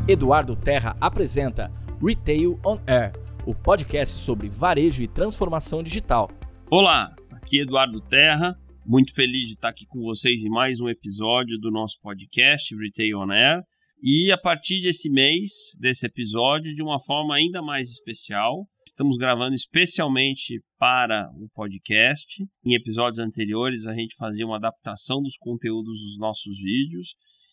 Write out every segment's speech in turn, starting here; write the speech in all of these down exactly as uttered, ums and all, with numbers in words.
Eduardo Terra apresenta Retail on Air, o podcast sobre varejo e transformação digital. Olá, aqui é Eduardo Terra, muito feliz de estar aqui com vocês em mais um episódio do nosso podcast Retail on Air. E a partir desse mês, desse episódio, de uma forma ainda mais especial, estamos gravando especialmente para o podcast. Em episódios anteriores, a gente fazia uma adaptação dos conteúdos dos nossos vídeos.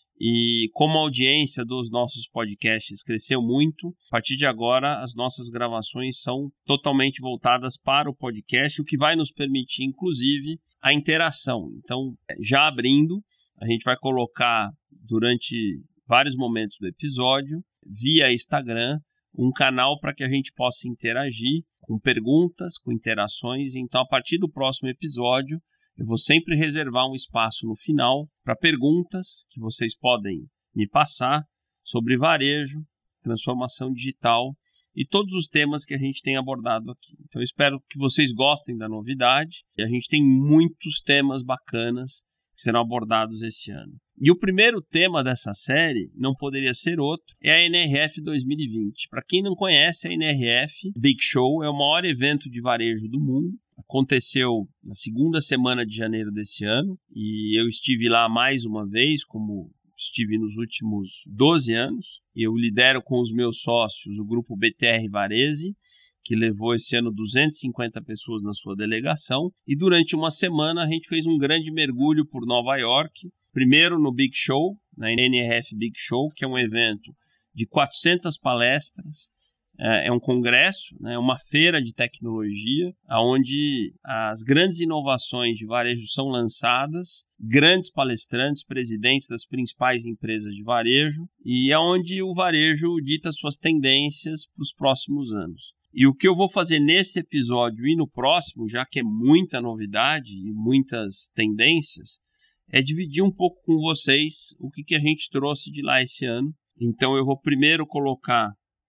E como a audiência dos nossos podcasts cresceu muito, a partir de agora as nossas gravações são totalmente voltadas para o podcast, o que vai nos permitir, inclusive, a interação. Então, já abrindo, a gente vai colocar durante vários momentos do episódio, via Instagram, um canal para que a gente possa interagir com perguntas, com interações. Então, a partir do próximo episódio, eu vou sempre reservar um espaço no final para perguntas que vocês podem me passar sobre varejo, transformação digital e todos os temas que a gente tem abordado aqui. Então, eu espero que vocês gostem da novidade. E a gente tem muitos temas bacanas que serão abordados esse ano. E o primeiro tema dessa série, não poderia ser outro, é a N R F dois mil e vinte. Para quem não conhece, a N R F Big Show é o maior evento de varejo do mundo. Aconteceu na segunda semana de janeiro desse ano e eu estive lá mais uma vez, como estive nos últimos doze anos. Eu lidero com os meus sócios o grupo B T R Varese, que levou esse ano duzentas e cinquenta pessoas na sua delegação. E durante uma semana a gente fez um grande mergulho por Nova York. Primeiro no Big Show, na N R F Big Show, que é um evento de quatrocentas palestras. É um congresso, né, uma feira de tecnologia, onde as grandes inovações de varejo são lançadas, grandes palestrantes, presidentes das principais empresas de varejo, e é onde o varejo dita suas tendências para os próximos anos. E o que eu vou fazer nesse episódio e no próximo, já que é muita novidade e muitas tendências, é dividir um pouco com vocês o que, que a gente trouxe de lá esse ano. Então eu vou primeiro colocar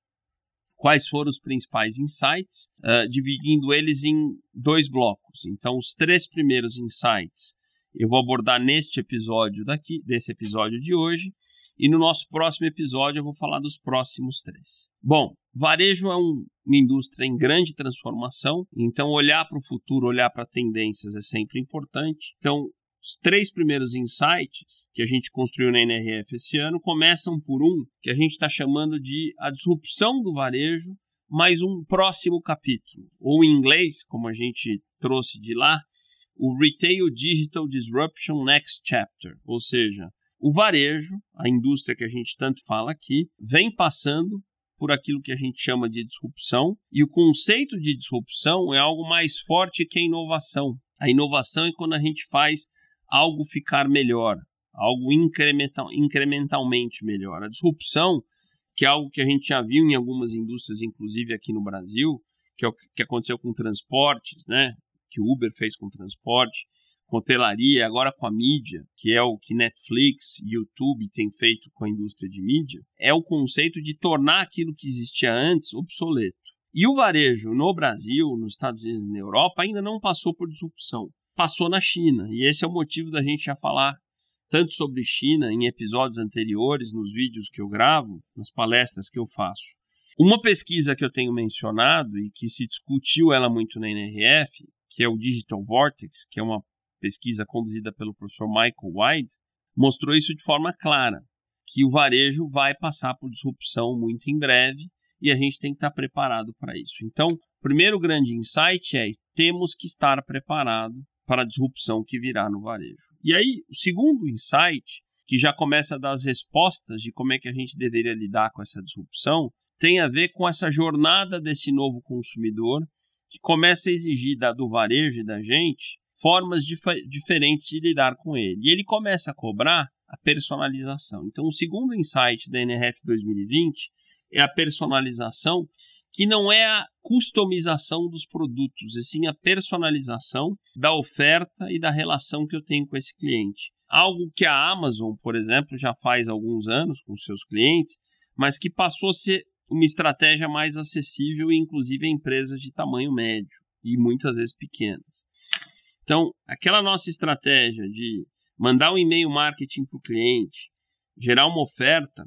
quais foram os principais insights, uh, dividindo eles em dois blocos. Então, os três primeiros insights eu vou abordar neste episódio daqui, desse episódio de hoje, e no nosso próximo episódio eu vou falar dos próximos três. Bom, varejo é um, uma indústria em grande transformação, então olhar para o futuro, olhar para tendências é sempre importante. Então, os três primeiros insights que a gente construiu na N R F esse ano começam por um que a gente está chamando de a disrupção do varejo, mais um próximo capítulo. Ou em inglês, como a gente trouxe de lá, o Retail Digital Disruption Next Chapter. Ou seja, o varejo, a indústria que a gente tanto fala aqui, vem passando por aquilo que a gente chama de disrupção. E o conceito de disrupção é algo mais forte que a inovação. A inovação é quando a gente faz algo ficar melhor, algo incremental, incrementalmente melhor. A disrupção, que é algo que a gente já viu em algumas indústrias, inclusive aqui no Brasil, que é o que aconteceu com transportes, né? Que o Uber fez com transporte, com hotelaria, agora com a mídia, que é o que Netflix e YouTube têm feito com a indústria de mídia, é o conceito de tornar aquilo que existia antes obsoleto. E o varejo no Brasil, nos Estados Unidos e na Europa ainda não passou por disrupção. Passou na China, e esse é o motivo da gente já falar tanto sobre China em episódios anteriores, nos vídeos que eu gravo, nas palestras que eu faço. Uma pesquisa que eu tenho mencionado e que se discutiu ela muito na N R F, que é o Digital Vortex, que é uma pesquisa conduzida pelo professor Michael Wide, mostrou isso de forma clara, que o varejo vai passar por disrupção muito em breve e a gente tem que estar preparado para isso. Então, o primeiro grande insight é temos que estar preparado para a disrupção que virá no varejo. E aí, o segundo insight, que já começa a dar as respostas de como é que a gente deveria lidar com essa disrupção, tem a ver com essa jornada desse novo consumidor que começa a exigir da, do varejo e da gente formas dif- diferentes de lidar com ele. E ele começa a cobrar a personalização. Então, o segundo insight da N R F dois mil e vinte é a personalização, que não é a customização dos produtos, e sim a personalização da oferta e da relação que eu tenho com esse cliente. Algo que a Amazon, por exemplo, já faz há alguns anos com seus clientes, mas que passou a ser uma estratégia mais acessível, inclusive a empresas de tamanho médio e muitas vezes pequenas. Então, aquela nossa estratégia de mandar um e-mail marketing para o cliente, gerar uma oferta,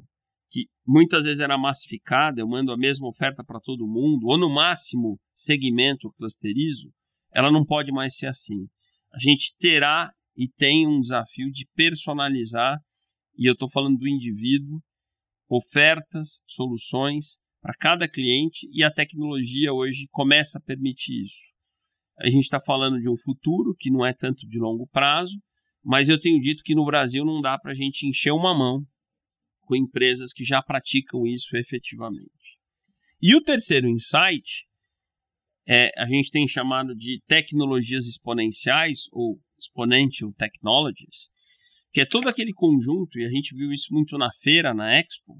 que muitas vezes era massificada, eu mando a mesma oferta para todo mundo, ou no máximo segmento, clusterizo, ela não pode mais ser assim. A gente terá e tem um desafio de personalizar, e eu estou falando do indivíduo, ofertas, soluções para cada cliente, e a tecnologia hoje começa a permitir isso. A gente está falando de um futuro que não é tanto de longo prazo, mas eu tenho dito que no Brasil não dá para a gente encher uma mão com empresas que já praticam isso efetivamente. E o terceiro insight, é, a gente tem chamado de tecnologias exponenciais, ou exponential technologies, que é todo aquele conjunto, e a gente viu isso muito na feira, na Expo,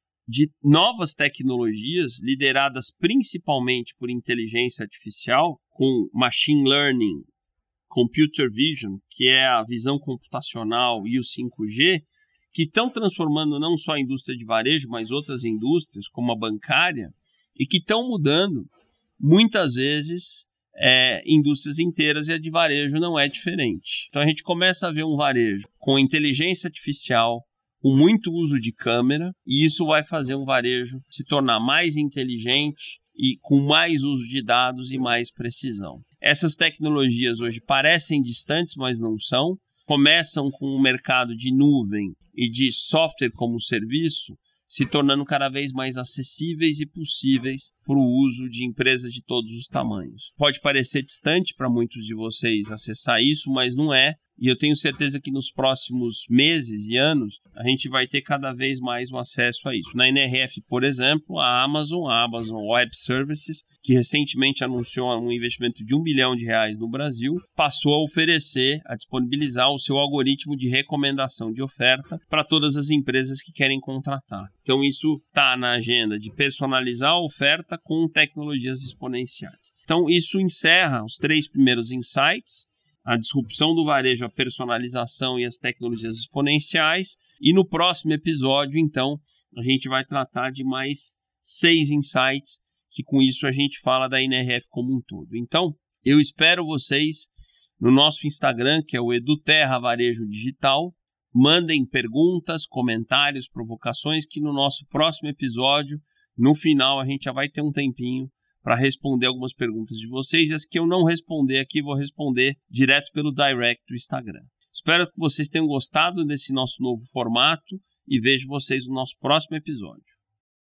de novas tecnologias lideradas principalmente por inteligência artificial, com machine learning, computer vision, que é a visão computacional, e o cinco G, que estão transformando não só a indústria de varejo, mas outras indústrias, como a bancária, e que estão mudando, muitas vezes, é, indústrias inteiras, e a de varejo não é diferente. Então a gente começa a ver um varejo com inteligência artificial, com muito uso de câmera, e isso vai fazer um varejo se tornar mais inteligente e com mais uso de dados e mais precisão. Essas tecnologias hoje parecem distantes, mas não são. Começam com o mercado de nuvem e de software como serviço, se tornando cada vez mais acessíveis e possíveis para o uso de empresas de todos os tamanhos. Pode parecer distante para muitos de vocês acessar isso, mas não é. E eu tenho certeza que nos próximos meses e anos, a gente vai ter cada vez mais um acesso a isso. Na N R F, por exemplo, a Amazon, a Amazon Web Services, que recentemente anunciou um investimento de um bilhão de reais no Brasil, passou a oferecer, a disponibilizar o seu algoritmo de recomendação de oferta para todas as empresas que querem contratar. Então isso está na agenda de personalizar a oferta com tecnologias exponenciais. Então isso encerra os três primeiros insights: a disrupção do varejo, a personalização e as tecnologias exponenciais. E no próximo episódio, então, a gente vai tratar de mais seis insights, que com isso a gente fala da N R F como um todo. Então, eu espero vocês no nosso Instagram, que é o EduTerra Varejo Digital. Mandem perguntas, comentários, provocações, que no nosso próximo episódio, no final, a gente já vai ter um tempinho para responder algumas perguntas de vocês, e as que eu não responder aqui, vou responder direto pelo direct do Instagram. Espero que vocês tenham gostado desse nosso novo formato e vejo vocês no nosso próximo episódio.